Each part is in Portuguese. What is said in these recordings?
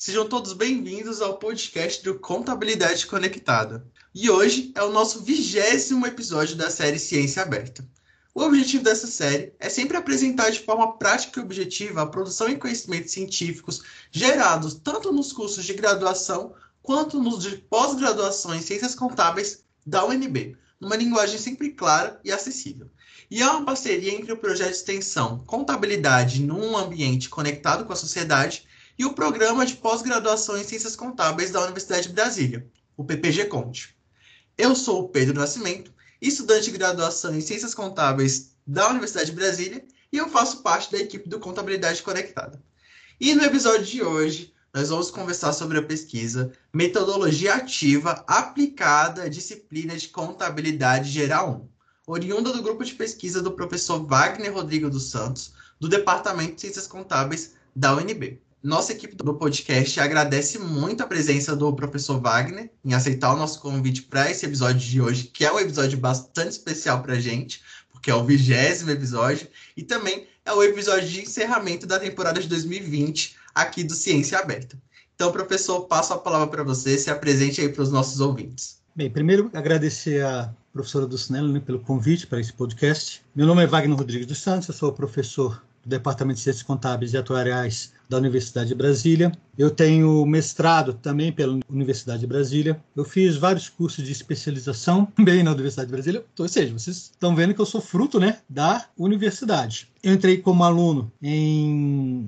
Sejam todos bem-vindos ao podcast do Contabilidade Conectada. E hoje é o nosso 20º episódio da série Ciência Aberta. O objetivo dessa série é sempre apresentar de forma prática e objetiva a produção e conhecimentos científicos gerados tanto nos cursos de graduação quanto nos de pós-graduação em Ciências Contábeis da UNB, numa linguagem sempre clara e acessível. E é uma parceria entre o projeto de extensão Contabilidade num Ambiente Conectado com a Sociedade e o Programa de Pós-Graduação em Ciências Contábeis da Universidade de Brasília, o PPG-Cont. Eu sou o Pedro Nascimento, estudante de graduação em Ciências Contábeis da Universidade de Brasília, e eu faço parte da equipe do Contabilidade Conectada. E no episódio de hoje, nós vamos conversar sobre a pesquisa Metodologia Ativa Aplicada à Disciplina de Contabilidade Geral 1, oriunda do grupo de pesquisa do professor Wagner Rodrigo dos Santos, do Departamento de Ciências Contábeis da UNB. Nossa equipe do podcast agradece muito a presença do professor Wagner em aceitar o nosso convite para esse episódio de hoje, que é um episódio bastante especial para a gente, porque é o 20º episódio e também é o episódio de encerramento da temporada de 2020 aqui do Ciência Aberta. Então, professor, passo a palavra para você, se apresente aí para os nossos ouvintes. Bem, primeiro agradecer a professora Dulcinella pelo convite para esse podcast. Meu nome é Wagner Rodrigues dos Santos, eu sou professor do Departamento de Ciências Contábeis e Atuariais da Universidade de Brasília. Eu tenho mestrado também pela Universidade de Brasília. Eu fiz vários cursos de especialização também na Universidade de Brasília. Ou seja, vocês estão vendo que eu sou fruto, da universidade. Eu entrei como aluno em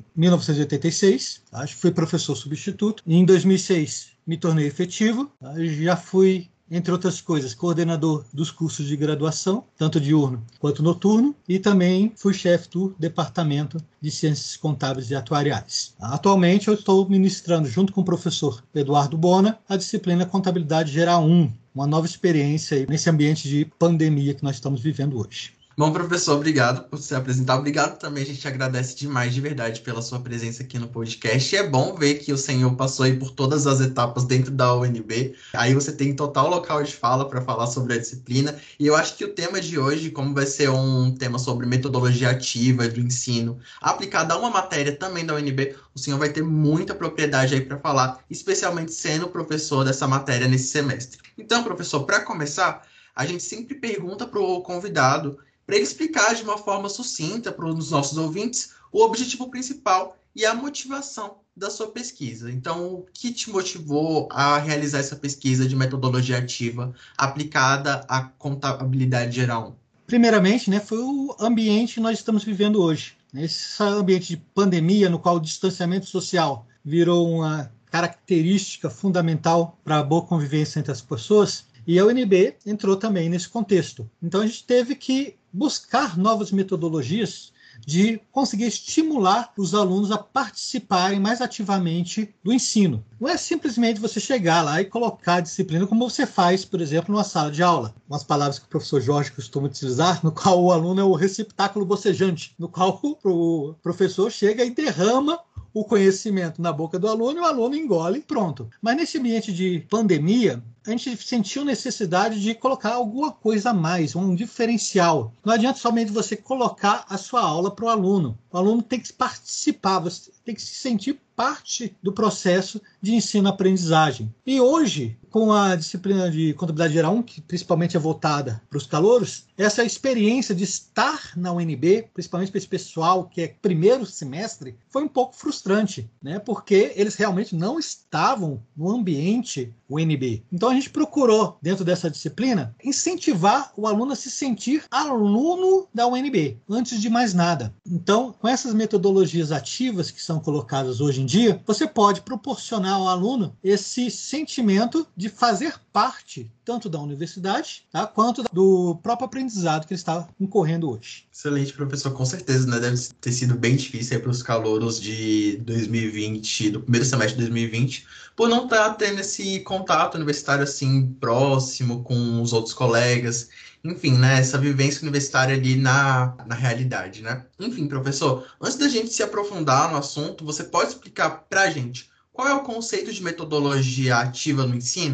1986, fui professor substituto. Em 2006, me tornei efetivo. Já fui, entre outras coisas, coordenador dos cursos de graduação, tanto diurno quanto noturno, e também fui chefe do Departamento de Ciências Contábeis e Atuariais. Atualmente, eu estou ministrando, junto com o professor Eduardo Bona, a disciplina Contabilidade Geral 1, uma nova experiência nesse ambiente de pandemia que nós estamos vivendo hoje. Bom, professor, obrigado por se apresentar. Obrigado também, a gente agradece demais de verdade pela sua presença aqui no podcast. E é bom ver que o senhor passou aí por todas as etapas dentro da UNB. Aí você tem total local de fala para falar sobre a disciplina. E eu acho que o tema de hoje, como vai ser um tema sobre metodologia ativa do ensino, aplicada a uma matéria também da UNB, o senhor vai ter muita propriedade aí para falar, especialmente sendo professor dessa matéria nesse semestre. Então, professor, para começar, a gente sempre pergunta para o convidado para ele explicar de uma forma sucinta para os nossos ouvintes o objetivo principal e a motivação da sua pesquisa. Então, o que te motivou a realizar essa pesquisa de metodologia ativa aplicada à contabilidade geral? Primeiramente, foi o ambiente que nós estamos vivendo hoje. Esse ambiente de pandemia, no qual o distanciamento social virou uma característica fundamental para a boa convivência entre as pessoas, e a UNB entrou também nesse contexto. Então, a gente teve que buscar novas metodologias de conseguir estimular os alunos a participarem mais ativamente do ensino. Não é simplesmente você chegar lá e colocar a disciplina como você faz, por exemplo, numa sala de aula. Umas palavras que o professor Jorge costuma utilizar, no qual o aluno é o receptáculo bocejante, no qual o professor chega e derrama o conhecimento na boca do aluno e o aluno engole e pronto. Mas nesse ambiente de pandemia, a gente sentiu necessidade de colocar alguma coisa a mais, um diferencial. Não adianta somente você colocar a sua aula para o aluno. O aluno tem que participar, você tem que se sentir parte do processo de ensino-aprendizagem. E hoje, com a disciplina de Contabilidade Geral 1, que principalmente é voltada para os calouros, essa experiência de estar na UNB, principalmente para esse pessoal que é primeiro semestre, foi um pouco frustrante, porque eles realmente não estavam no ambiente UNB. Então a gente procurou, dentro dessa disciplina, incentivar o aluno a se sentir aluno da UNB, antes de mais nada. Então, com essas metodologias ativas que são colocadas hoje em dia, você pode proporcionar ao aluno esse sentimento de fazer parte tanto da universidade, quanto do próprio aprendizado que ele está incorrendo hoje. Excelente, professor. Com certeza, deve ter sido bem difícil para os calouros de 2020, do primeiro semestre de 2020, por não estar tendo esse contato universitário assim próximo com os outros colegas. Enfim, essa vivência universitária ali na realidade, Enfim, professor, antes da gente se aprofundar no assunto, você pode explicar para a gente qual é o conceito de metodologia ativa no ensino?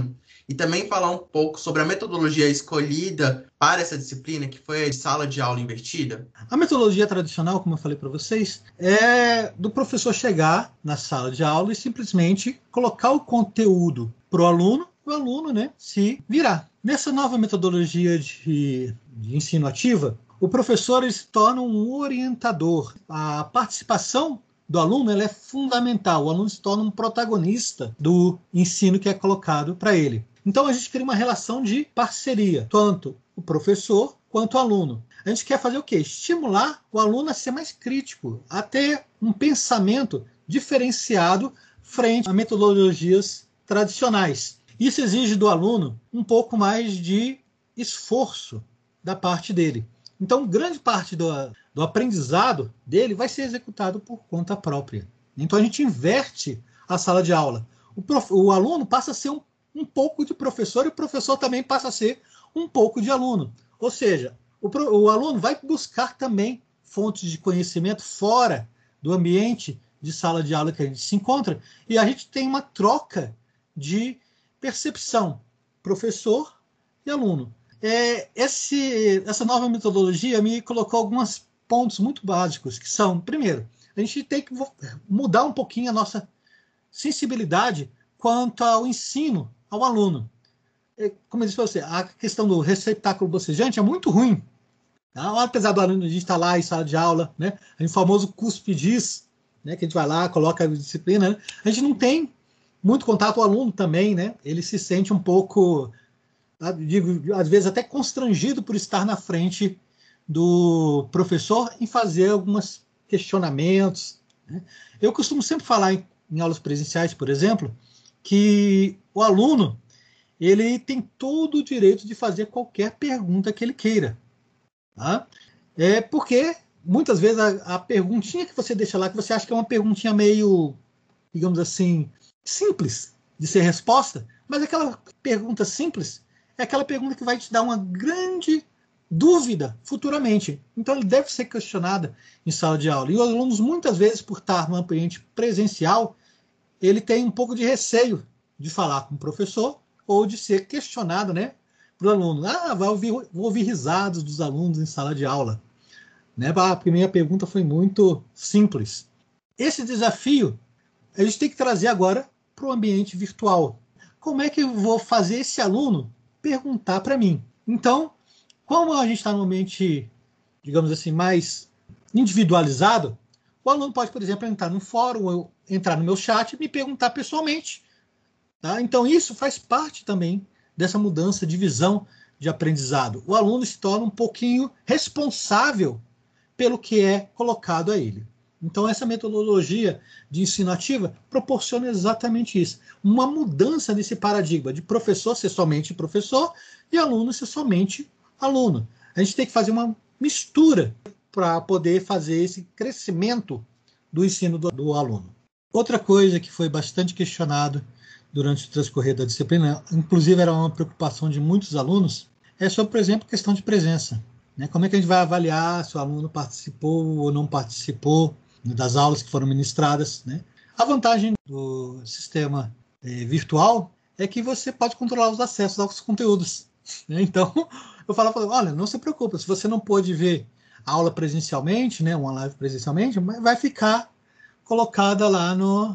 e também falar um pouco sobre a metodologia escolhida para essa disciplina, que foi a de sala de aula invertida? A metodologia tradicional, como eu falei para vocês, é do professor chegar na sala de aula e simplesmente colocar o conteúdo para o aluno, né, se virar. Nessa nova metodologia de ensino ativa, o professor ele se torna um orientador. A participação do aluno ela é fundamental. O aluno se torna um protagonista do ensino que é colocado para ele. Então a gente cria uma relação de parceria, tanto o professor quanto o aluno. A gente quer fazer o quê? Estimular o aluno a ser mais crítico, a ter um pensamento diferenciado frente a metodologias tradicionais. Isso exige do aluno um pouco mais de esforço da parte dele. Então, grande parte do aprendizado dele vai ser executado por conta própria. Então, a gente inverte a sala de aula. O aluno passa a ser um pouco de professor e o professor também passa a ser um pouco de aluno. Ou seja, o aluno vai buscar também fontes de conhecimento fora do ambiente de sala de aula que a gente se encontra e a gente tem uma troca de percepção, professor e aluno. Essa nova metodologia me colocou alguns pontos muito básicos, que são, primeiro, a gente tem que mudar um pouquinho a nossa sensibilidade quanto ao ensino ao aluno. Como eu disse para você, a questão do receptáculo bocejante é muito ruim. Tá? Apesar do aluno estar lá em sala de aula, né? O famoso cuspe-diz, né? Que a gente vai lá, coloca a disciplina, né? A gente não tem muito contato, o aluno também, né? Ele se sente um pouco, digo, às vezes até constrangido por estar na frente do professor em fazer alguns questionamentos. Né? Eu costumo sempre falar em aulas presenciais, por exemplo, que o aluno ele tem todo o direito de fazer qualquer pergunta que ele queira. Tá? Porque muitas vezes a perguntinha que você deixa lá, que você acha que é uma perguntinha meio, digamos assim, simples de ser resposta, mas aquela pergunta simples é aquela pergunta que vai te dar uma grande dúvida futuramente. Então, ele deve ser questionada em sala de aula. E os alunos, muitas vezes, por estar no ambiente presencial, ele tem um pouco de receio de falar com o professor ou de ser questionado, né, para o aluno. Vou ouvir risadas dos alunos em sala de aula. Né? A primeira pergunta foi muito simples. Esse desafio a gente tem que trazer agora para o ambiente virtual. Como é que eu vou fazer esse aluno perguntar para mim? Então, como a gente está no ambiente, digamos assim, mais individualizado, o aluno pode, por exemplo, entrar no fórum, ou entrar no meu chat e me perguntar pessoalmente. Tá? Então, isso faz parte também dessa mudança de visão de aprendizado. O aluno se torna um pouquinho responsável pelo que é colocado a ele. Então, essa metodologia de ensino ativa proporciona exatamente isso. Uma mudança nesse paradigma de professor ser somente professor e aluno ser somente aluno. A gente tem que fazer uma mistura para poder fazer esse crescimento do ensino do aluno. Outra coisa que foi bastante questionado durante o transcorrer da disciplina, inclusive era uma preocupação de muitos alunos, é sobre, por exemplo, a questão de presença. Né? Como é que a gente vai avaliar se o aluno participou ou não participou das aulas que foram ministradas? Né? A vantagem do sistema virtual é que você pode controlar os acessos aos conteúdos. Né? Então, eu falo, olha, não se preocupe, se você não pôde ver a aula presencialmente, né, uma live presencialmente, vai ficar colocada lá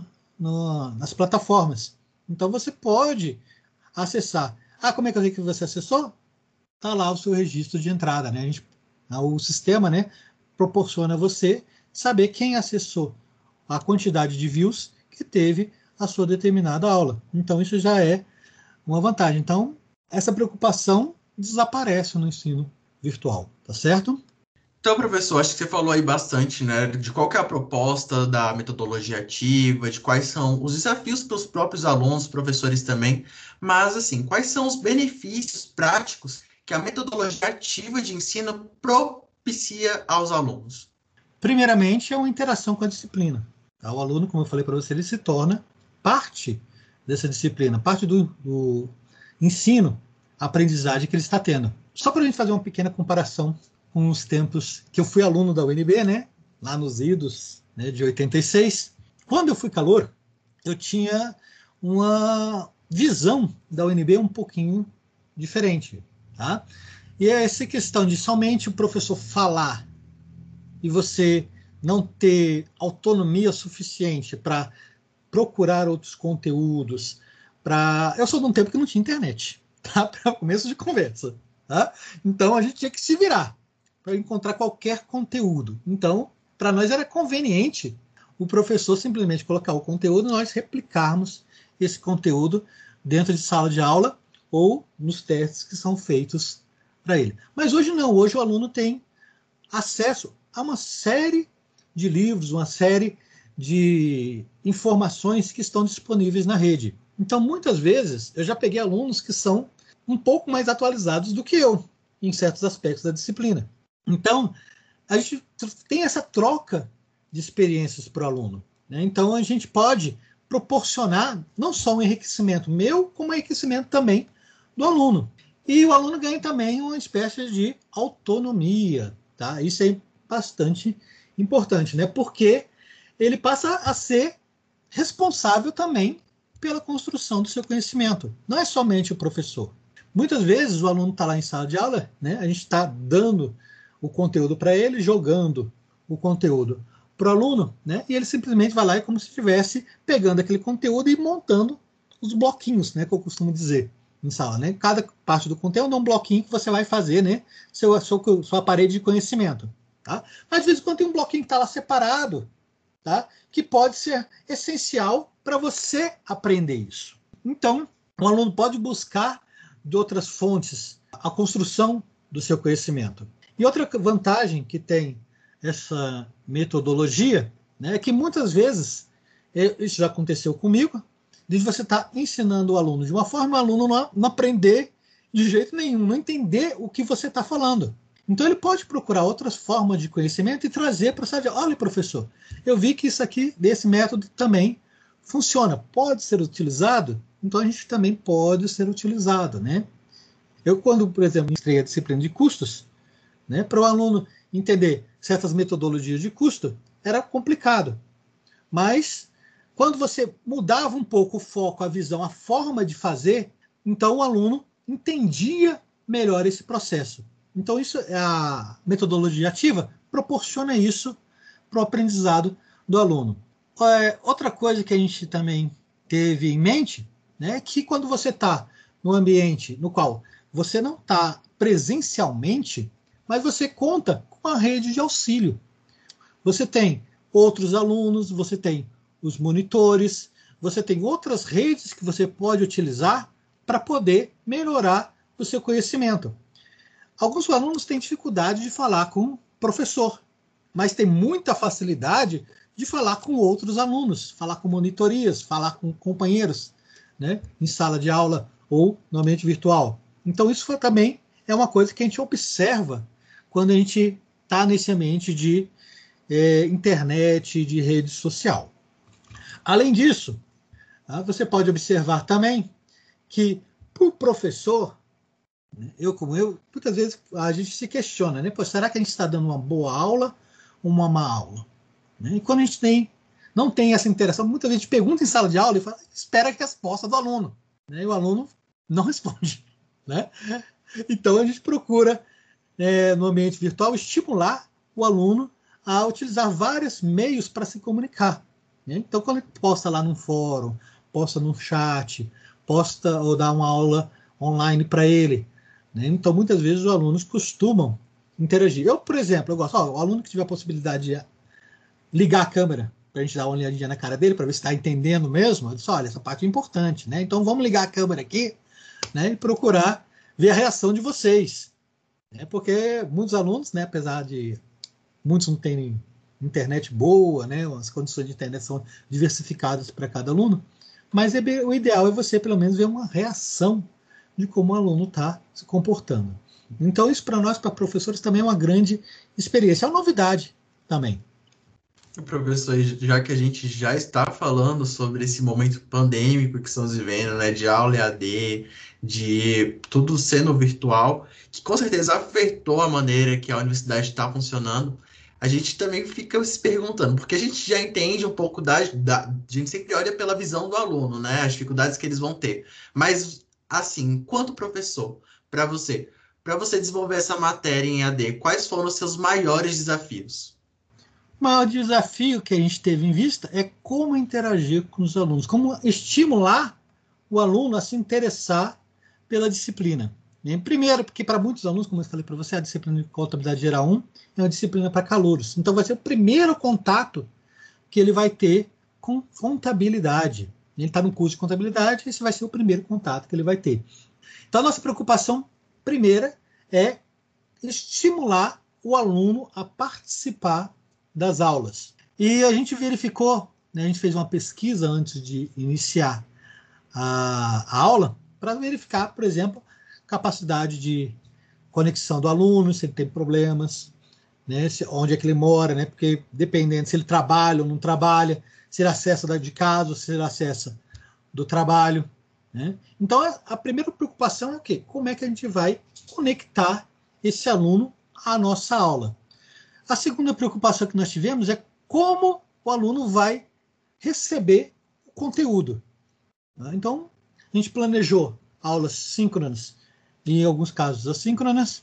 nas plataformas. Então, você pode acessar. Como é que eu sei que você acessou? Está lá o seu registro de entrada. Né? O sistema, né, proporciona a você saber quem acessou a quantidade de views que teve a sua determinada aula. Então, isso já é uma vantagem. Então, essa preocupação desaparece no ensino virtual, tá certo? Então, professor, acho que você falou aí bastante, né, de qual que é a proposta da metodologia ativa, de quais são os desafios para os próprios alunos, professores também, mas, assim, quais são os benefícios práticos que a metodologia ativa de ensino propicia aos alunos? Primeiramente, é uma interação com a disciplina. Tá? O aluno, como eu falei para você, ele se torna parte dessa disciplina, parte do ensino, aprendizagem que ele está tendo. Só para a gente fazer uma pequena comparação com os tempos que eu fui aluno da UNB, né, lá nos idos, né, de 86. Quando eu fui calouro, eu tinha uma visão da UNB é um pouquinho diferente, tá? E é essa questão de somente o professor falar e você não ter autonomia suficiente para procurar outros conteúdos. Eu sou de um tempo que não tinha internet, tá? Para começo de conversa. Tá? Então a gente tinha que se virar para encontrar qualquer conteúdo. Então, para nós era conveniente o professor simplesmente colocar o conteúdo e nós replicarmos esse conteúdo dentro de sala de aula ou nos testes que são feitos para ele. Mas hoje não, hoje o aluno tem acesso a uma série de livros, uma série de informações que estão disponíveis na rede. Então, muitas vezes, eu já peguei alunos que são um pouco mais atualizados do que eu, em certos aspectos da disciplina. Então, a gente tem essa troca de experiências para o aluno, né? Então, a gente pode proporcionar não só um enriquecimento meu, como um enriquecimento também do aluno. E o aluno ganha também uma espécie de autonomia, tá? Isso é bastante importante, né? Porque ele passa a ser responsável também pela construção do seu conhecimento. Não é somente o professor. Muitas vezes o aluno está lá em sala de aula, né? A gente está dando o conteúdo para ele, jogando o conteúdo para o aluno, né? E ele simplesmente vai lá e como se estivesse pegando aquele conteúdo e montando os bloquinhos, né? Que eu costumo dizer em sala, né? Cada parte do conteúdo é um bloquinho que você vai fazer, né? Sua parede de conhecimento, tá? Mas de vez em quando tem um bloquinho que está lá separado, tá? Que pode ser essencial para você aprender isso. Então, o aluno pode buscar de outras fontes a construção do seu conhecimento. E outra vantagem que tem essa metodologia, né, é que muitas vezes, isso já aconteceu comigo, de você estar ensinando o aluno de uma forma, o aluno não aprender de jeito nenhum, não entender o que você está falando. Então ele pode procurar outras formas de conhecimento e trazer para a sala de aula. Olha, professor, eu vi que isso aqui, desse método também funciona. Pode ser utilizado? Então a gente também pode ser utilizado, né? Eu, quando, por exemplo, ministrei a disciplina de custos, né, para o aluno entender certas metodologias de custo, era complicado. Mas, quando você mudava um pouco o foco, a visão, a forma de fazer, então o aluno entendia melhor esse processo. Então, a metodologia ativa proporciona isso para o aprendizado do aluno. Outra coisa que a gente também teve em mente, né, é que quando você está no ambiente no qual você não está presencialmente, mas você conta com a rede de auxílio. Você tem outros alunos, você tem os monitores, você tem outras redes que você pode utilizar para poder melhorar o seu conhecimento. Alguns alunos têm dificuldade de falar com o professor, mas tem muita facilidade de falar com outros alunos, falar com monitorias, falar com companheiros, né, em sala de aula ou no ambiente virtual. Então isso também é uma coisa que a gente observa quando a gente está nesse ambiente de internet, de rede social. Além disso, você pode observar também que para o professor, muitas vezes a gente se questiona, né? Pô, será que a gente está dando uma boa aula ou uma má aula? Né? E quando a gente não tem essa interação, muitas vezes a gente pergunta em sala de aula e espera a resposta do aluno. Né? E o aluno não responde. Né? Então a gente procura, no ambiente virtual, estimular o aluno a utilizar vários meios para se comunicar. Né? Então, quando ele posta lá num fórum, posta num chat, posta ou dá uma aula online para ele. Né? Então, muitas vezes, os alunos costumam interagir. Eu, por exemplo, eu gosto, o aluno que tiver a possibilidade de ligar a câmera para a gente dar uma olhadinha na cara dele, para ver se está entendendo mesmo, eu disse, olha, essa parte é importante. Né? Então, vamos ligar a câmera aqui, né, e procurar ver a reação de vocês. Né? Porque muitos alunos, né, apesar de muitos não terem internet boa, né, as condições de internet são diversificadas para cada aluno, mas o ideal é você, pelo menos, ver uma reação de como o aluno está se comportando. Então, isso para nós, para professores, também é uma grande experiência. É uma novidade também. Professor, já que a gente já está falando sobre esse momento pandêmico que estamos vivendo, né, de aula EAD, de tudo sendo virtual, que com certeza afetou a maneira que a universidade está funcionando, a gente também fica se perguntando, porque a gente já entende um pouco a gente sempre olha pela visão do aluno, né? As dificuldades que eles vão ter. Mas, assim, enquanto professor, para você, para você desenvolver essa matéria em AD, quais foram os seus maiores desafios? O maior desafio que a gente teve em vista é como interagir com os alunos, como estimular o aluno a se interessar pela disciplina. Primeiro, porque para muitos alunos, como eu falei para você, a disciplina de Contabilidade Geral 1 é uma disciplina para calouros. Então, vai ser o primeiro contato que ele vai ter com contabilidade. Ele está no curso de contabilidade, esse vai ser o primeiro contato que ele vai ter. Então, a nossa preocupação primeira é estimular o aluno a participar das aulas. E a gente verificou, né, a gente fez uma pesquisa antes de iniciar a aula, para verificar, por exemplo, capacidade de conexão do aluno, se ele tem problemas, né, onde é que ele mora, né, porque dependendo se ele trabalha ou não trabalha, se ele acessa de casa ou se ele acessa do trabalho. Né? Então, a primeira preocupação é o quê? Como é que a gente vai conectar esse aluno à nossa aula? A segunda preocupação que nós tivemos é como o aluno vai receber o conteúdo. Então, a gente planejou aulas síncronas e, em alguns casos, assíncronas,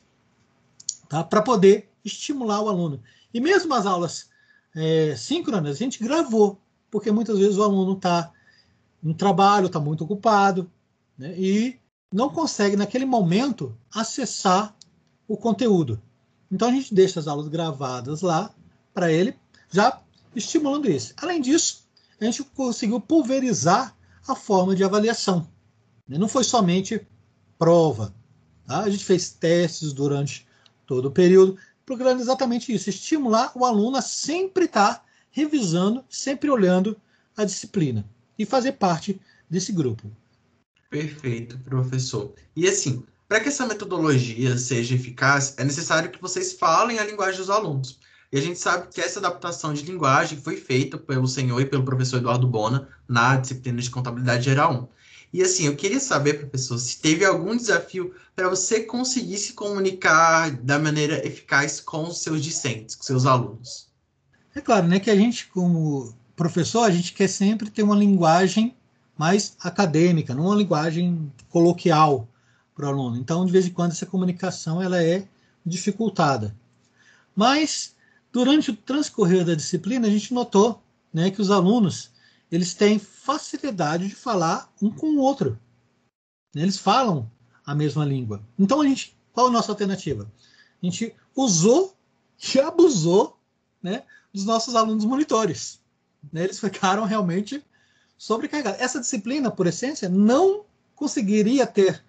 tá? Para poder estimular o aluno. E mesmo as aulas síncronas, a gente gravou, porque muitas vezes o aluno está no trabalho, está muito ocupado, né? E não consegue, naquele momento, acessar o conteúdo. Então, a gente deixa as aulas gravadas lá para ele, já estimulando isso. Além disso, a gente conseguiu pulverizar a forma de avaliação. Não foi somente prova. Tá? A gente fez testes durante todo o período, procurando exatamente isso, estimular o aluno a sempre estar revisando, sempre olhando a disciplina e fazer parte desse grupo. Perfeito, professor. E assim, para que essa metodologia seja eficaz, é necessário que vocês falem a linguagem dos alunos. E a gente sabe que essa adaptação de linguagem foi feita pelo senhor e pelo professor Eduardo Bona na disciplina de Contabilidade Geral 1. E assim, eu queria saber, professor, se teve algum desafio para você conseguir se comunicar da maneira eficaz com os seus discentes, com seus alunos. É claro, né, que a gente, como professor, a gente quer sempre ter uma linguagem mais acadêmica, não uma linguagem coloquial para o aluno. Então, de vez em quando, essa comunicação ela é dificultada. Mas, durante o transcorrer da disciplina, a gente notou, né, que os alunos eles têm facilidade de falar um com o outro. Eles falam a mesma língua. Então, qual a nossa alternativa? A gente usou e abusou, né, dos nossos alunos monitores. Eles ficaram realmente sobrecarregados. Essa disciplina, por essência, não conseguiria ter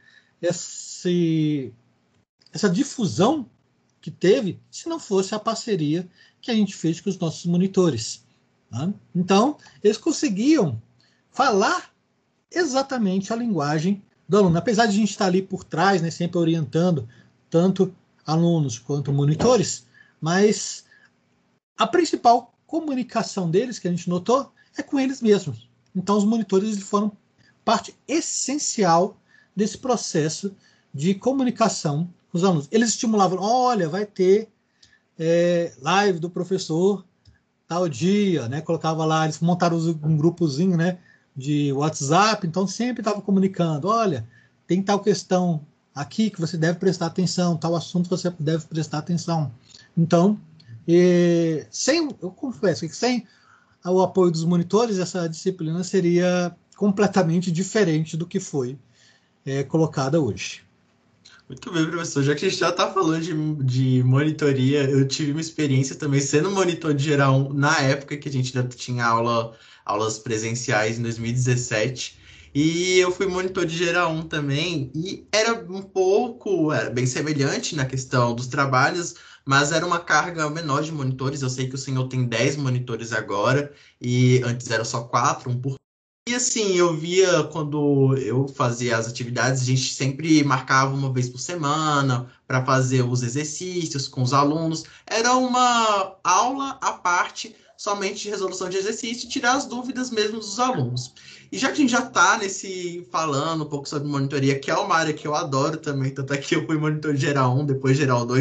essa difusão que teve se não fosse a parceria que a gente fez com os nossos monitores. Tá? Então, eles conseguiam falar exatamente a linguagem do aluno. Apesar de a gente estar ali por trás, né, sempre orientando tanto alunos quanto monitores, mas a principal comunicação deles, que a gente notou, é com eles mesmos. Então, os monitores foram parte essencial desse processo de comunicação com os alunos. Eles estimulavam, olha, vai ter live do professor tal dia, né? Colocava lá, eles montaram um grupozinho, né, de WhatsApp, então sempre estava comunicando, olha, tem tal questão aqui que você deve prestar atenção, tal assunto você deve prestar atenção. Então, eu confesso que sem o apoio dos monitores, essa disciplina seria completamente diferente do que foi colocada hoje. Muito bem, professor. Já que a gente já está falando de monitoria, eu tive uma experiência também sendo monitor de geral 1 na época que a gente já tinha aulas presenciais em 2017. E eu fui monitor de geral 1 também, e era bem semelhante na questão dos trabalhos, mas era uma carga menor de monitores. Eu sei que o senhor tem 10 monitores agora, e antes eram só 4, um por. E assim, eu via quando eu fazia as atividades, a gente sempre marcava uma vez por semana para fazer os exercícios com os alunos. Era uma aula à parte, somente de resolução de exercício e tirar as dúvidas mesmo dos alunos. E já que a gente já está falando um pouco sobre monitoria, que é uma área que eu adoro também, tanto é que eu fui monitor geral 1, depois geral 2,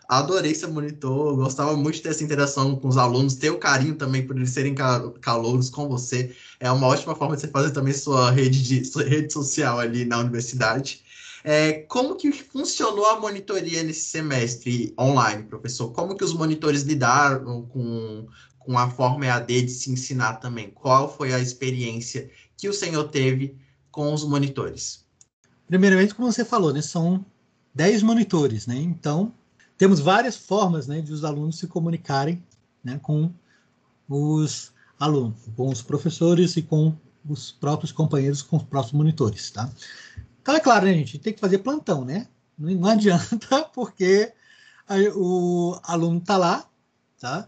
Adorei ser monitor, gostava muito de ter essa interação com os alunos, ter o carinho também por eles serem calouros com você. É uma ótima forma de você fazer também sua rede social ali na universidade. Como que funcionou a monitoria nesse semestre online, professor? Como que os monitores lidaram com a forma EAD de se ensinar também? Qual foi a experiência que o senhor teve com os monitores? Primeiramente, como você falou, né, são 10 monitores, né? Então, temos várias formas, né, de os alunos se comunicarem, né, com os alunos, com os professores e com os próprios companheiros, com os próprios monitores, tá? Então, é claro, né, gente, tem que fazer plantão, né? Não adianta, porque o aluno está lá, tá?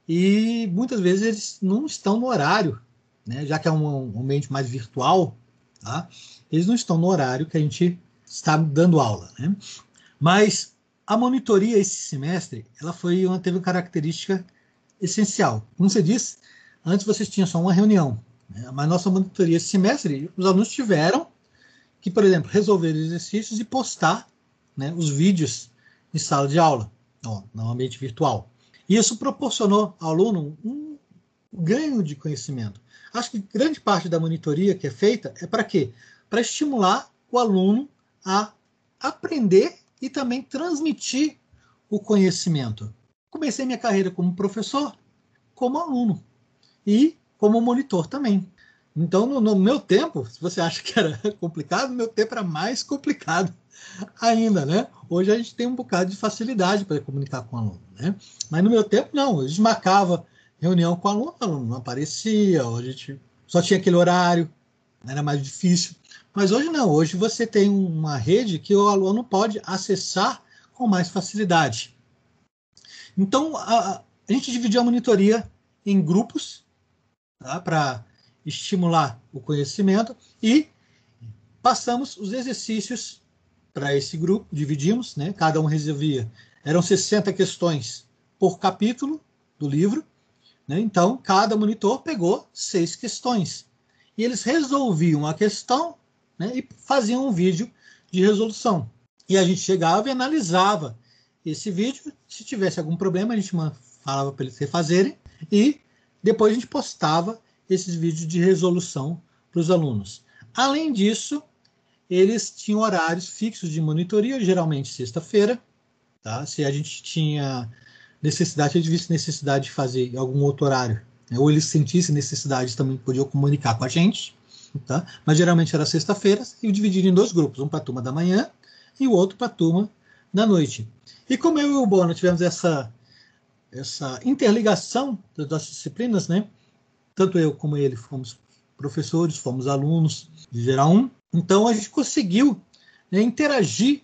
E muitas vezes eles não estão no horário, né? Já que é um ambiente mais virtual, tá? Eles não estão no horário que a gente está dando aula, né? Mas a monitoria esse semestre, ela teve uma característica essencial. Como você disse, antes vocês tinham só uma reunião, né? Mas nossa monitoria esse semestre, os alunos tiveram que, por exemplo, resolver exercícios e postar, né, os vídeos em sala de aula, no ambiente virtual. E isso proporcionou ao aluno um ganho de conhecimento. Acho que grande parte da monitoria que é feita é para quê? Para estimular o aluno a aprender e também transmitir o conhecimento. Comecei minha carreira como professor, como aluno e como monitor também. Então, no meu tempo, se você acha que era complicado, no meu tempo era mais complicado ainda, né? Hoje a gente tem um bocado de facilidade para comunicar com o aluno, né? Mas no meu tempo, não. A gente marcava reunião com o aluno não aparecia, a gente só tinha aquele horário, era mais difícil. Mas hoje não, hoje você tem uma rede que o aluno pode acessar com mais facilidade. Então, a gente dividiu a monitoria em grupos, tá, para estimular o conhecimento e passamos os exercícios para esse grupo, dividimos, né? Cada um resolvia. Eram 60 questões por capítulo do livro, né? Então, cada monitor pegou 6 questões. E eles resolviam a questão, né, e faziam um vídeo de resolução. E a gente chegava e analisava esse vídeo. Se tivesse algum problema, a gente falava para eles refazerem. E depois a gente postava esses vídeos de resolução para os alunos. Além disso, eles tinham horários fixos de monitoria, geralmente sexta-feira. Tá? Se a gente tinha necessidade, se a gente visse necessidade de fazer algum outro horário, né, ou eles sentissem necessidade, também podiam comunicar com a gente. Tá? Mas geralmente era sexta-feira e dividido em 2 grupos, um para a turma da manhã e o outro para a turma da noite. E como eu e o Bono tivemos essa interligação das nossas disciplinas, né? Tanto eu como ele fomos professores, fomos alunos de geral 1, então a gente conseguiu, né, interagir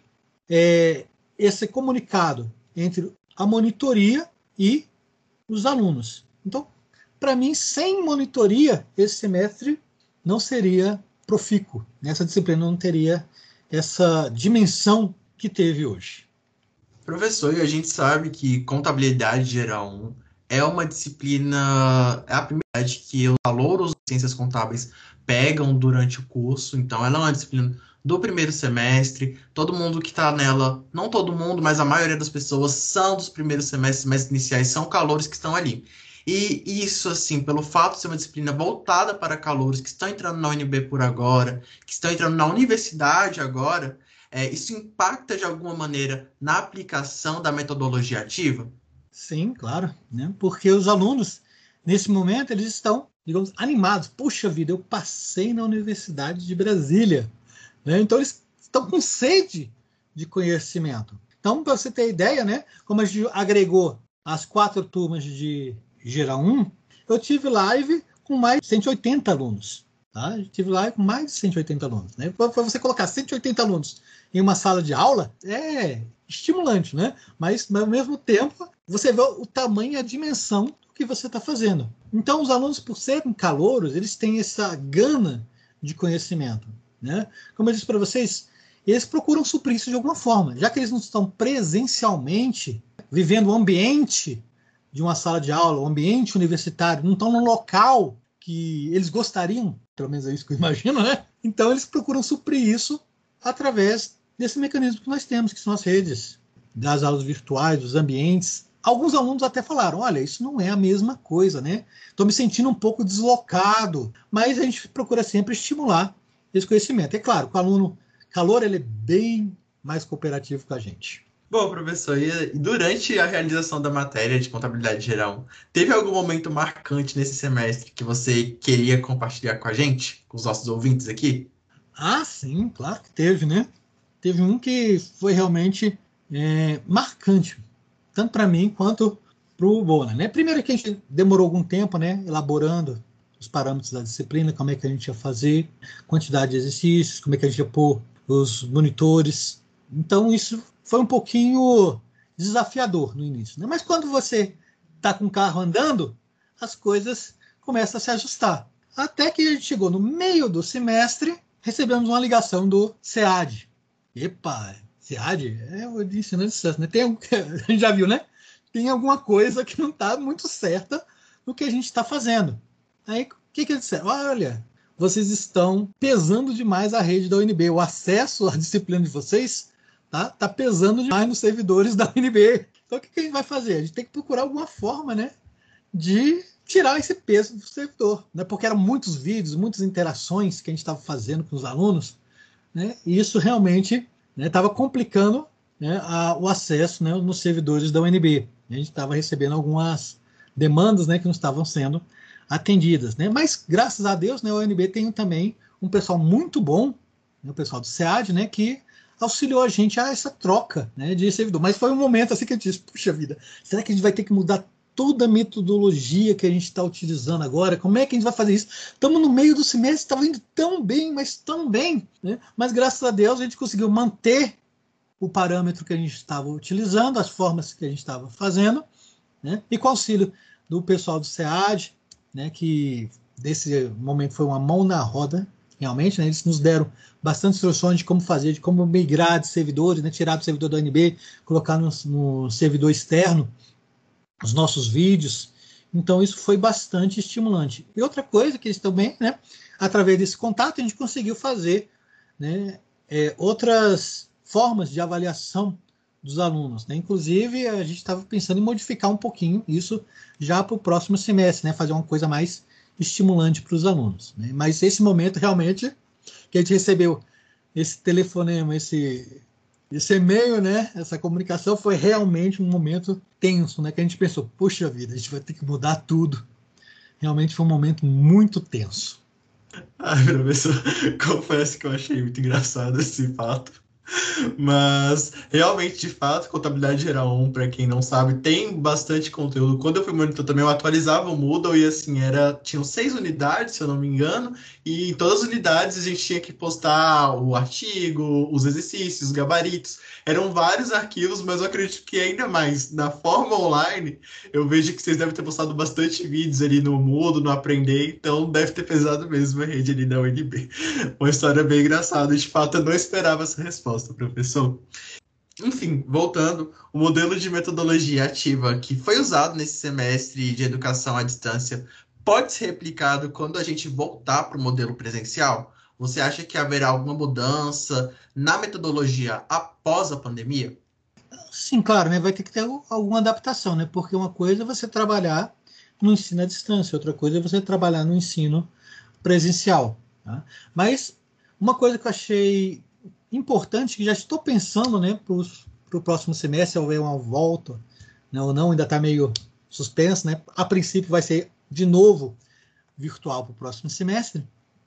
esse comunicado entre a monitoria e os alunos. Então, para mim, sem monitoria, esse semestre não seria profícuo. Essa disciplina não teria essa dimensão que teve hoje. Professor, e a gente sabe que contabilidade geral 1 é uma disciplina, é a primeira que os alunos de ciências contábeis pegam durante o curso, então ela é uma disciplina do primeiro semestre, todo mundo que está nela, não todo mundo, mas a maioria das pessoas são dos primeiros semestres mais iniciais, são calouros que estão ali. E isso, assim, pelo fato de ser uma disciplina voltada para calouros que estão entrando na UNB por agora, que estão entrando na universidade agora, isso impacta de alguma maneira na aplicação da metodologia ativa? Sim, claro, né? Porque os alunos, nesse momento, eles estão, digamos, animados. Puxa vida, eu passei na Universidade de Brasília, né? Então, eles estão com sede de conhecimento. Então, para você ter ideia, né? Como a gente agregou as 4 turmas de Geral 1, eu tive live com mais de 180 alunos. Tá? Eu tive live com mais de 180 alunos. Né? Para você colocar 180 alunos em uma sala de aula, é estimulante, né? Mas ao mesmo tempo, você vê o tamanho e a dimensão do que você está fazendo. Então, os alunos, por serem calouros, eles têm essa gana de conhecimento. Né? Como eu disse para vocês, eles procuram suprir isso de alguma forma. Já que eles não estão presencialmente vivendo o ambiente de uma sala de aula, o ambiente universitário, não estão num local que eles gostariam, pelo menos é isso que eu imagino, né? Então, eles procuram suprir isso através desse mecanismo que nós temos, que são as redes. das aulas virtuais, dos ambientes. Alguns alunos até falaram, olha, isso não é a mesma coisa, né? Estou me sentindo um pouco deslocado, mas a gente procura sempre estimular esse conhecimento. É claro, o aluno calor ele é bem mais cooperativo com a gente. Bom, professor, e durante a realização da matéria de contabilidade geral, teve algum momento marcante nesse semestre que você queria compartilhar com a gente, com os nossos ouvintes aqui? Ah, sim, claro que teve, né? Teve um que foi realmente marcante, tanto para mim quanto para o Bona, né? Primeiro que a gente demorou algum tempo, né, elaborando os parâmetros da disciplina, como é que a gente ia fazer, quantidade de exercícios, como é que a gente ia pôr os monitores. Então isso foi um pouquinho desafiador no início, né? Mas quando você está com o carro andando, as coisas começam a se ajustar. Até que a gente chegou no meio do semestre, recebemos uma ligação do SEAD. Epa, SEAD é o de ensino à distância, né? A gente já viu, né? Tem alguma coisa que não está muito certa no que a gente está fazendo. Aí, o que eles disseram? Olha, vocês estão pesando demais a rede da UNB. O acesso à disciplina de vocês tá pesando demais nos servidores da UNB. Então, o que a gente vai fazer? A gente tem que procurar alguma forma, né, de tirar esse peso do servidor, né? Porque eram muitos vídeos, muitas interações que a gente estava fazendo com os alunos, né? E isso realmente estava complicando, né, o acesso, né, nos servidores da UNB. A gente estava recebendo algumas demandas, né, que não estavam sendo atendidas, né? Mas graças a Deus, né, a UNB tem também um pessoal muito bom, né, o pessoal do SEAD, né, que auxiliou a gente a essa troca, né, de servidor. Mas foi um momento assim que eu disse, puxa vida, será que a gente vai ter que mudar toda a metodologia que a gente está utilizando agora? Como é que a gente vai fazer isso? Estamos no meio do semestre, estava indo tão bem, mas tão bem, né? Mas graças a Deus a gente conseguiu manter o parâmetro que a gente estava utilizando, as formas que a gente estava fazendo, né? E com o auxílio do pessoal do SEAD, né, que desse momento foi uma mão na roda, realmente, né? Eles nos deram bastante instruções de como fazer, de como migrar de servidores, né? Tirar do servidor da UNB, colocar no servidor externo os nossos vídeos. Então isso foi bastante estimulante. E outra coisa que eles também, né, através desse contato, a gente conseguiu fazer, né, outras formas de avaliação dos alunos, né? Inclusive, a gente estava pensando em modificar um pouquinho isso já para o próximo semestre, né? Fazer uma coisa mais estimulante para os alunos, né? Mas esse momento, realmente, que a gente recebeu esse telefonema, esse e-mail, né? Essa comunicação foi realmente um momento tenso, né? Que a gente pensou, puxa vida, a gente vai ter que mudar tudo. Realmente foi um momento muito tenso. Ai, professor, confesso que eu achei muito engraçado esse fato. Mas, realmente, de fato, Contabilidade Geral 1, para quem não sabe, tem bastante conteúdo. Quando eu fui monitor também, eu atualizava o Moodle e, assim, tinham 6 unidades, se eu não me engano, e em todas as unidades a gente tinha que postar o artigo, os exercícios, os gabaritos. Eram vários arquivos, mas eu acredito que ainda mais na forma online, eu vejo que vocês devem ter postado bastante vídeos ali no Moodle, no Aprender, então deve ter pesado mesmo a rede ali da UNB. Uma história bem engraçada. De fato, eu não esperava essa resposta, professor. Enfim, voltando, o modelo de metodologia ativa que foi usado nesse semestre de educação à distância pode ser replicado quando a gente voltar para o modelo presencial? Você acha que haverá alguma mudança na metodologia após a pandemia? Sim, claro, né? Vai ter que ter alguma adaptação, né? Porque uma coisa é você trabalhar no ensino à distância, outra coisa é você trabalhar no ensino presencial. Tá? Mas uma coisa que eu achei importante, que já estou pensando, né, para o próximo semestre, se houver uma volta, né, ou não, ainda está meio suspenso, né? A princípio vai ser de novo virtual para o próximo semestre,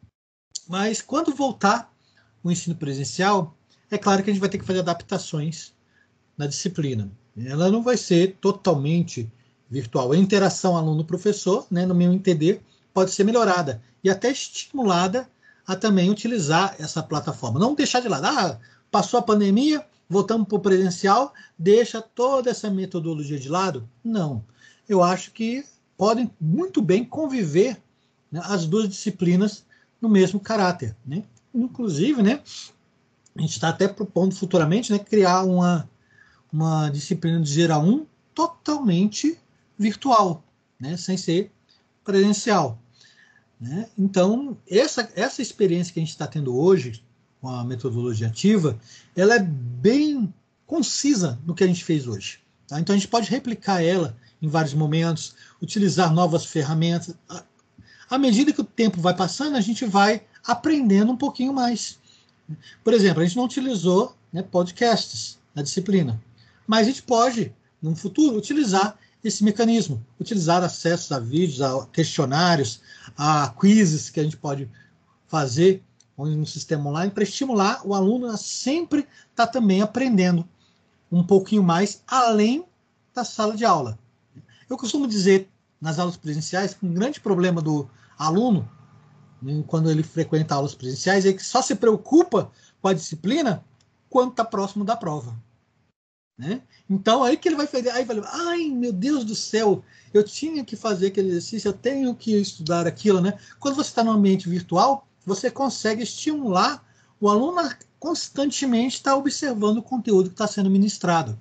mas quando voltar o ensino presencial, é claro que a gente vai ter que fazer adaptações na disciplina. Ela não vai ser totalmente virtual. A interação aluno-professor, né, no meu entender, pode ser melhorada e até estimulada a também utilizar essa plataforma. Não deixar de lado. Passou a pandemia, voltamos para o presencial, deixa toda essa metodologia de lado? Não. Eu acho que podem muito bem conviver, né, as duas disciplinas no mesmo caráter. Né? Inclusive, né, a gente está até propondo futuramente, né, criar uma disciplina de Geral 1 totalmente virtual, né, sem ser presencial. Né? Então, essa experiência que a gente está tendo hoje com a metodologia ativa, ela é bem concisa no que a gente fez hoje. Tá? Então a gente pode replicar ela em vários momentos, utilizar novas ferramentas. À medida que o tempo vai passando, a gente vai aprendendo um pouquinho mais. Por exemplo, a gente não utilizou, né, podcasts na disciplina, mas a gente pode, no futuro, utilizar esse mecanismo, utilizar acessos a vídeos, a questionários, a quizzes que a gente pode fazer no sistema online para estimular o aluno a sempre estar também aprendendo um pouquinho mais além da sala de aula. Eu costumo dizer nas aulas presenciais que um grande problema do aluno, né, quando ele frequenta aulas presenciais, é que só se preocupa com a disciplina quando está próximo da prova. Né? Então, aí que ele vai fazer, aí vai, ai, meu Deus do céu, eu tinha que fazer aquele exercício, eu tenho que estudar aquilo. Né? Quando você está no ambiente virtual, você consegue estimular o aluno a constantemente estar observando o conteúdo que está sendo ministrado.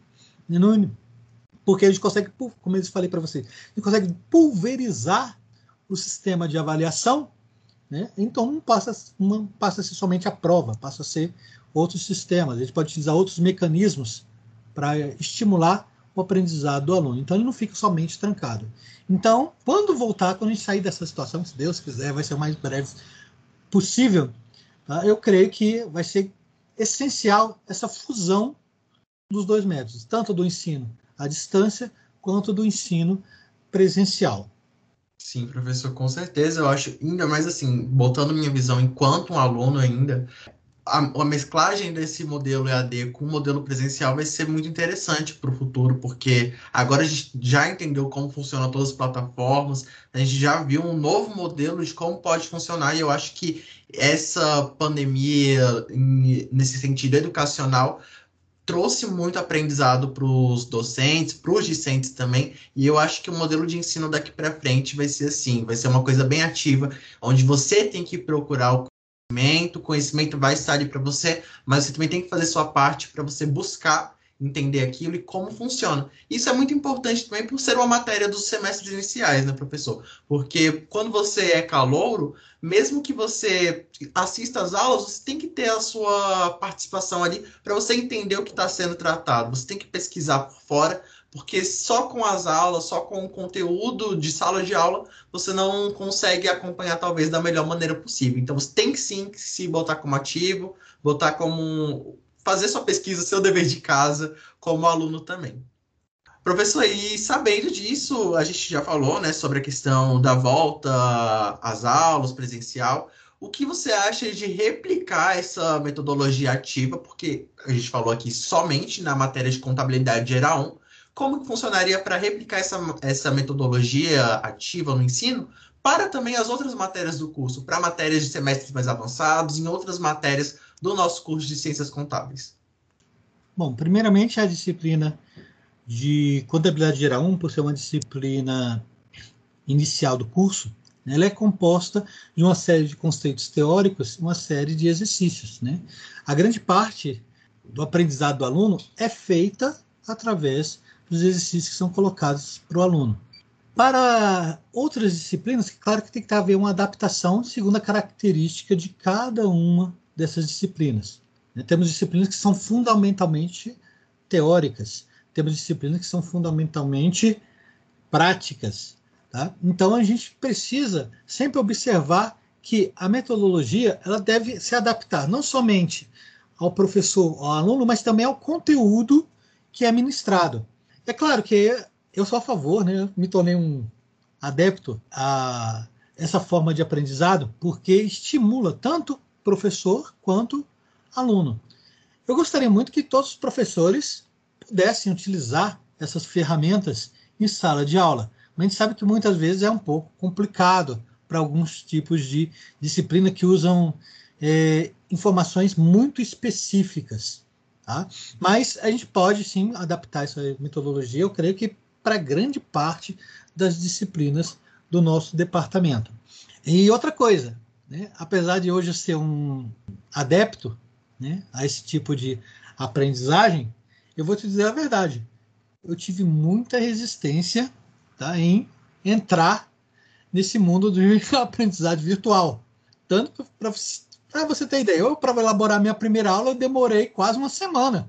Porque a gente consegue, como eu falei para você, a gente consegue pulverizar o sistema de avaliação, né? Então não passa a ser somente a prova, passa a ser outros sistemas. A gente pode utilizar outros mecanismos para estimular o aprendizado do aluno. Então ele não fica somente trancado. Então, quando a gente sair dessa situação, se Deus quiser, vai ser o mais breve possível, tá? Eu creio que vai ser essencial essa fusão dos dois métodos, tanto do ensino à distância quanto do ensino presencial. Sim, professor, com certeza. Eu acho, ainda mais assim, botando minha visão enquanto um aluno ainda, a mesclagem desse modelo EAD com o modelo presencial vai ser muito interessante para o futuro, porque agora a gente já entendeu como funcionam todas as plataformas, a gente já viu um novo modelo de como pode funcionar, e eu acho que essa pandemia, nesse sentido educacional, trouxe muito aprendizado para os docentes, para os discentes também, e eu acho que o modelo de ensino daqui para frente vai ser assim, vai ser uma coisa bem ativa, onde você tem que procurar o conhecimento vai estar ali para você, mas você também tem que fazer sua parte para você buscar entender aquilo e como funciona. Isso é muito importante também por ser uma matéria dos semestres iniciais, né, professor? Porque quando você é calouro, mesmo que você assista às aulas, você tem que ter a sua participação ali para você entender o que está sendo tratado. Você tem que pesquisar por fora, porque só com as aulas, só com o conteúdo de sala de aula, você não consegue acompanhar talvez da melhor maneira possível. Então você tem que sim se botar como ativo, botar como fazer sua pesquisa, seu dever de casa como aluno também. Professor, e sabendo disso, a gente já falou, né, sobre a questão da volta às aulas presencial. O que você acha de replicar essa metodologia ativa? Porque a gente falou aqui somente na matéria de contabilidade geral 1. Como que funcionaria para replicar essa metodologia ativa no ensino para também as outras matérias do curso, para matérias de semestres mais avançados, em outras matérias do nosso curso de Ciências Contábeis? Bom, primeiramente a disciplina de Contabilidade Geral 1, por ser uma disciplina inicial do curso, né, ela é composta de uma série de conceitos teóricos e uma série de exercícios. Né? A grande parte do aprendizado do aluno é feita através dos exercícios que são colocados para o aluno. Para outras disciplinas, claro que tem que haver uma adaptação segundo a característica de cada uma dessas disciplinas. Temos disciplinas que são fundamentalmente teóricas, temos disciplinas que são fundamentalmente práticas. Tá? Então, a gente precisa sempre observar que a metodologia ela deve se adaptar não somente ao professor, ao aluno, mas também ao conteúdo que é ministrado. É claro que eu sou a favor, né? Me tornei um adepto a essa forma de aprendizado, porque estimula tanto professor quanto aluno. Eu gostaria muito que todos os professores pudessem utilizar essas ferramentas em sala de aula, mas a gente sabe que muitas vezes é um pouco complicado para alguns tipos de disciplina que usam informações muito específicas. Tá? Mas a gente pode sim adaptar essa metodologia, eu creio que para grande parte das disciplinas do nosso departamento. E outra coisa, né? Apesar de hoje eu ser um adepto, né, a esse tipo de aprendizagem, eu vou te dizer a verdade. Eu tive muita resistência, tá, em entrar nesse mundo de aprendizagem virtual. Tanto para você ter ideia, para elaborar minha primeira aula, eu demorei quase uma semana.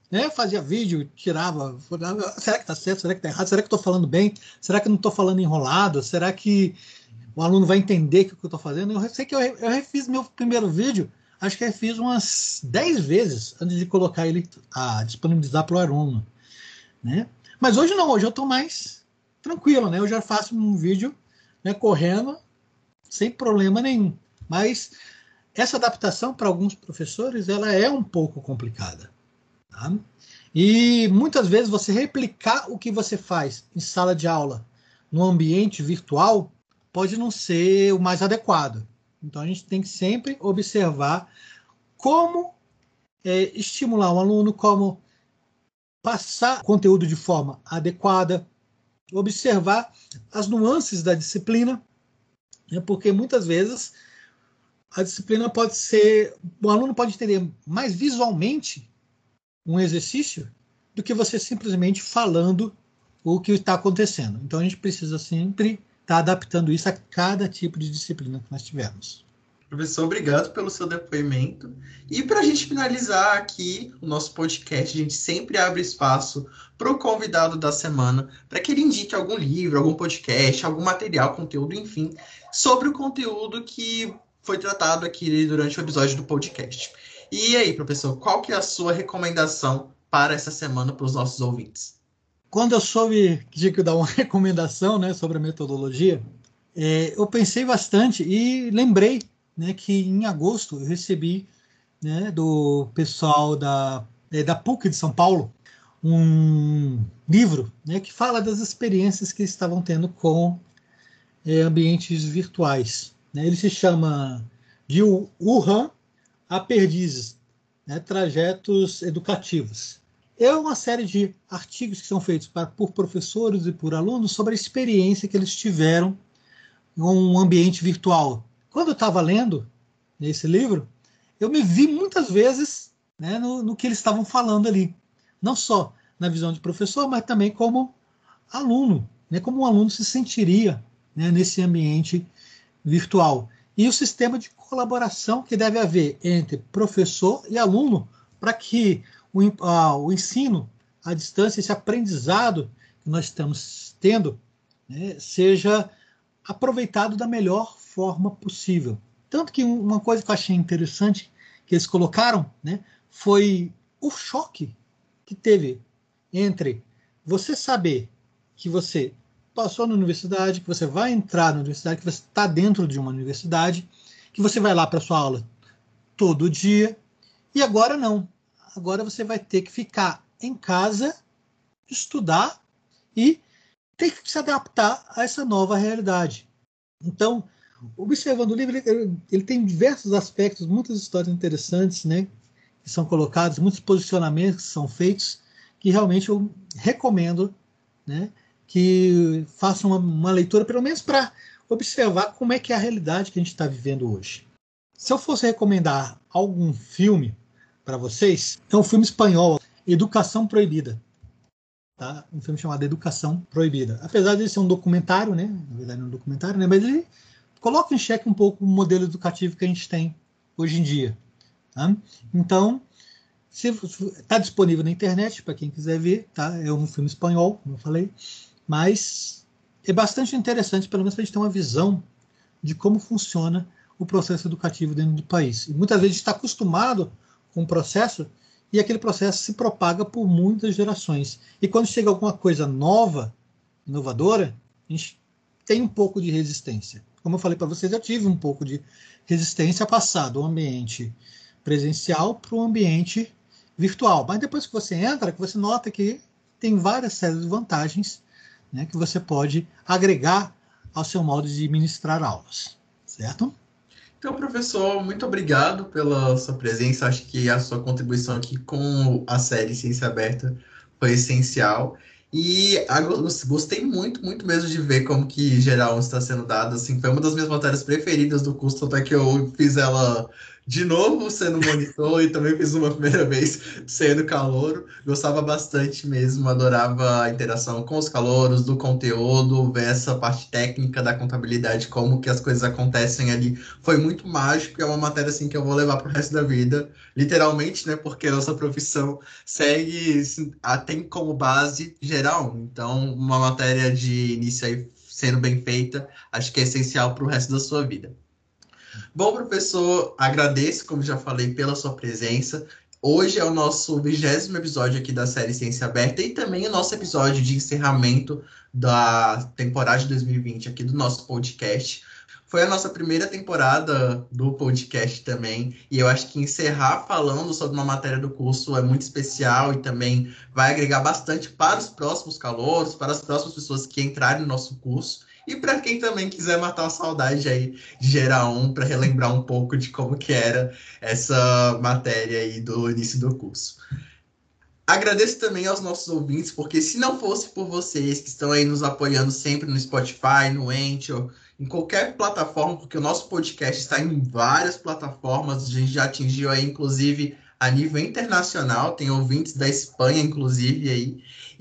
né? Fazia vídeo, tirava, será que está certo, será que está errado, será que estou falando bem, será que não estou falando enrolado, será que o aluno vai entender o que eu estou fazendo? Eu sei que eu refiz meu primeiro vídeo, acho que eu refiz umas 10 vezes antes de colocar ele a disponibilizar para o aluno, né? Mas hoje não, hoje eu estou mais tranquilo, né? Eu já faço um vídeo, né, correndo sem problema nenhum. Mas essa adaptação para alguns professores ela é um pouco complicada. Tá? E muitas vezes você replicar o que você faz em sala de aula no ambiente virtual pode não ser o mais adequado. Então a gente tem que sempre observar como estimular um aluno, como passar conteúdo de forma adequada, observar as nuances da disciplina, né, porque muitas vezes a disciplina pode ser... O aluno pode entender mais visualmente um exercício do que você simplesmente falando o que está acontecendo. Então, a gente precisa sempre estar adaptando isso a cada tipo de disciplina que nós tivermos. Professor, obrigado pelo seu depoimento. E para a gente finalizar aqui o nosso podcast, a gente sempre abre espaço para o convidado da semana, para que ele indique algum livro, algum podcast, algum material, conteúdo, enfim, sobre o conteúdo que foi tratado aqui durante o episódio do podcast. E aí, professor, qual que é a sua recomendação para essa semana para os nossos ouvintes? Quando eu soube que tinha que dar uma recomendação, né, sobre a metodologia, eu pensei bastante e lembrei, né, que em agosto eu recebi, né, do pessoal da PUC de São Paulo um livro, né, que fala das experiências que eles estavam tendo com ambientes virtuais. Né? Ele se chama De Wuhan a Perdizes, né, Trajetos Educativos. É uma série de artigos que são feitos por professores e por alunos sobre a experiência que eles tiveram em um ambiente virtual. Quando eu estava lendo esse livro, eu me vi muitas vezes, né, no que eles estavam falando ali. Não só na visão de professor, mas também como aluno, né, como um aluno se sentiria, né, nesse ambiente virtual. E o sistema de colaboração que deve haver entre professor e aluno para que o ensino à distância, esse aprendizado que nós estamos tendo, né, seja aproveitado da melhor forma possível. Tanto que uma coisa que eu achei interessante que eles colocaram, né, foi o choque que teve entre você saber que você passou na universidade, que você vai entrar na universidade, que você está dentro de uma universidade, que você vai lá para sua aula todo dia, e agora não. Agora você vai ter que ficar em casa, estudar e ter que se adaptar a essa nova realidade. Então, observando o livro, ele tem diversos aspectos, muitas histórias interessantes, né, que são colocadas, muitos posicionamentos que são feitos, que realmente eu recomendo, né, que façam uma leitura, pelo menos para observar como é que é a realidade que a gente está vivendo hoje. Se eu fosse recomendar algum filme para vocês, é um filme espanhol, Educação Proibida. Tá? Um filme chamado Educação Proibida. Apesar de ser um documentário, né? Na verdade não é um documentário, né? Mas ele coloca em xeque um pouco o modelo educativo que a gente tem hoje em dia. Tá? Então, está disponível na internet para quem quiser ver. Tá? É um filme espanhol, como eu falei. Mas é bastante interessante, pelo menos para a gente ter uma visão de como funciona o processo educativo dentro do país. E muitas vezes a gente está acostumado com um processo e aquele processo se propaga por muitas gerações. E quando chega alguma coisa nova, inovadora, a gente tem um pouco de resistência. Como eu falei para vocês, eu tive um pouco de resistência a passar do ambiente presencial para o ambiente virtual. Mas depois que você entra, que você nota que tem várias séries de vantagens, né, que você pode agregar ao seu modo de ministrar aulas. Certo? Então, professor, muito obrigado pela sua presença. Acho que a sua contribuição aqui com a série Ciência Aberta foi essencial. E gostei muito, muito mesmo de ver como que geral está sendo dado. Assim, foi uma das minhas matérias preferidas do curso, até que eu fiz ela de novo sendo monitor e também fiz uma primeira vez sendo calouro. Gostava bastante mesmo, adorava a interação com os calouros, do conteúdo, ver essa parte técnica da contabilidade, como que as coisas acontecem ali. Foi muito mágico e é uma matéria assim que eu vou levar para o resto da vida, literalmente, né? Porque a nossa profissão segue, tem como base geral. Então, uma matéria de início aí sendo bem feita, acho que é essencial para o resto da sua vida. Bom, professor, agradeço, como já falei, pela sua presença. Hoje é o nosso 20º episódio aqui da série Ciência Aberta e também o nosso episódio de encerramento da temporada de 2020 aqui do nosso podcast. Foi a nossa primeira temporada do podcast também, e eu acho que encerrar falando sobre uma matéria do curso é muito especial e também vai agregar bastante para os próximos calouros, para as próximas pessoas que entrarem no nosso curso. E para quem também quiser matar a saudade aí de gerar para relembrar um pouco de como que era essa matéria aí do início do curso. Agradeço também aos nossos ouvintes, porque se não fosse por vocês que estão aí nos apoiando sempre no Spotify, no Anchor, em qualquer plataforma, porque o nosso podcast está em várias plataformas, a gente já atingiu aí, inclusive, a nível internacional, tem ouvintes da Espanha, inclusive, aí.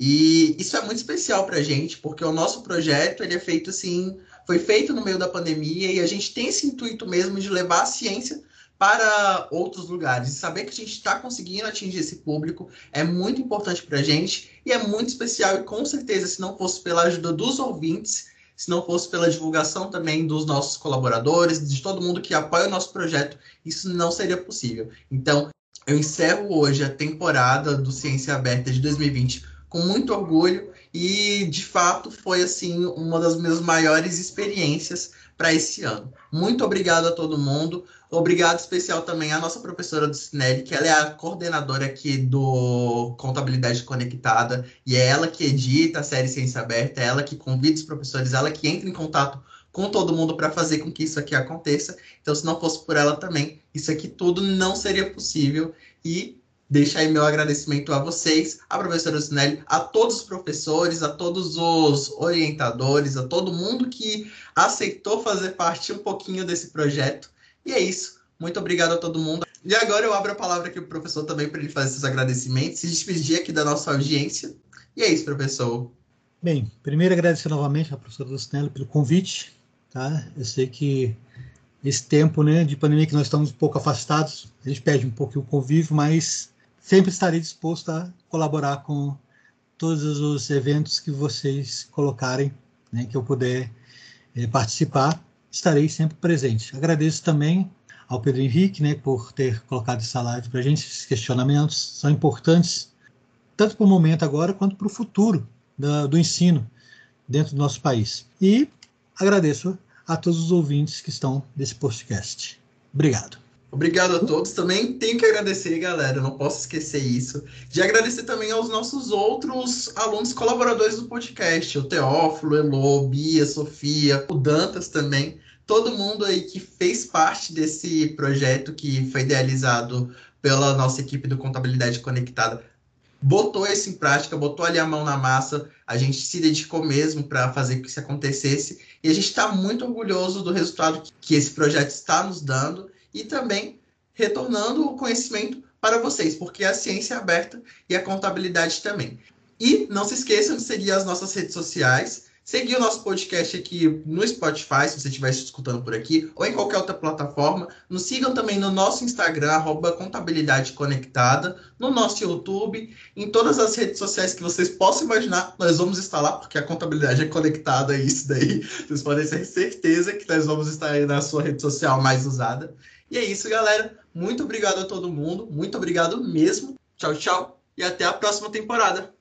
E isso é muito especial para a gente, porque o nosso projeto ele é feito assim, foi feito no meio da pandemia e a gente tem esse intuito mesmo de levar a ciência para outros lugares. E saber que a gente está conseguindo atingir esse público é muito importante para a gente e é muito especial. E com certeza, se não fosse pela ajuda dos ouvintes, se não fosse pela divulgação também dos nossos colaboradores, de todo mundo que apoia o nosso projeto, isso não seria possível. Então, eu encerro hoje a temporada do Ciência Aberta de 2020 com muito orgulho e, de fato, foi assim uma das minhas maiores experiências para esse ano. Muito obrigado a todo mundo. Obrigado especial também à nossa professora do Cinelli, que ela é a coordenadora aqui do Contabilidade Conectada, e é ela que edita a série Ciência Aberta, é ela que convida os professores, ela que entra em contato com todo mundo para fazer com que isso aqui aconteça. Então, se não fosse por ela também, isso aqui tudo não seria possível. E deixa aí meu agradecimento a vocês, à professora Cinelli, a todos os professores, a todos os orientadores, a todo mundo que aceitou fazer parte um pouquinho desse projeto. E é isso. Muito obrigado a todo mundo. E agora eu abro a palavra aqui para o professor também para ele fazer esses agradecimentos, se despedir aqui da nossa audiência. E é isso, professor. Bem, primeiro agradecer novamente à professora Lucinelli pelo convite. Tá? Eu sei que esse tempo, né, de pandemia que nós estamos um pouco afastados, a gente pede um pouco o convívio, mas sempre estarei disposto a colaborar com todos os eventos que vocês colocarem, né, que eu puder participar, estarei sempre presente. Agradeço também ao Pedro Henrique, né, por ter colocado essa live para a gente. Esses questionamentos são importantes, tanto para o momento agora, quanto para o futuro do ensino dentro do nosso país. E agradeço a todos os ouvintes que estão nesse podcast. Obrigado. Obrigado a todos. Também tenho que agradecer, galera, não posso esquecer isso, de agradecer também aos nossos outros alunos colaboradores do podcast, o Teófilo, Elô, Bia, Sofia, o Dantas também, todo mundo aí que fez parte desse projeto que foi idealizado pela nossa equipe do Contabilidade Conectada, botou isso em prática, botou ali a mão na massa, a gente se dedicou mesmo para fazer que isso acontecesse, e a gente está muito orgulhoso do resultado que esse projeto está nos dando, e também retornando o conhecimento para vocês, porque a ciência é aberta e a contabilidade também. E não se esqueçam de seguir as nossas redes sociais, seguir o nosso podcast aqui no Spotify, se você estiver escutando por aqui, ou em qualquer outra plataforma. Nos sigam também no nosso Instagram, @contabilidade conectada, no nosso YouTube, em todas as redes sociais que vocês possam imaginar, nós vamos estar lá, porque a contabilidade é conectada a isso daí. Vocês podem ter certeza que nós vamos estar aí na sua rede social mais usada. E é isso, galera. Muito obrigado a todo mundo. Muito obrigado mesmo. Tchau, tchau. E até a próxima temporada.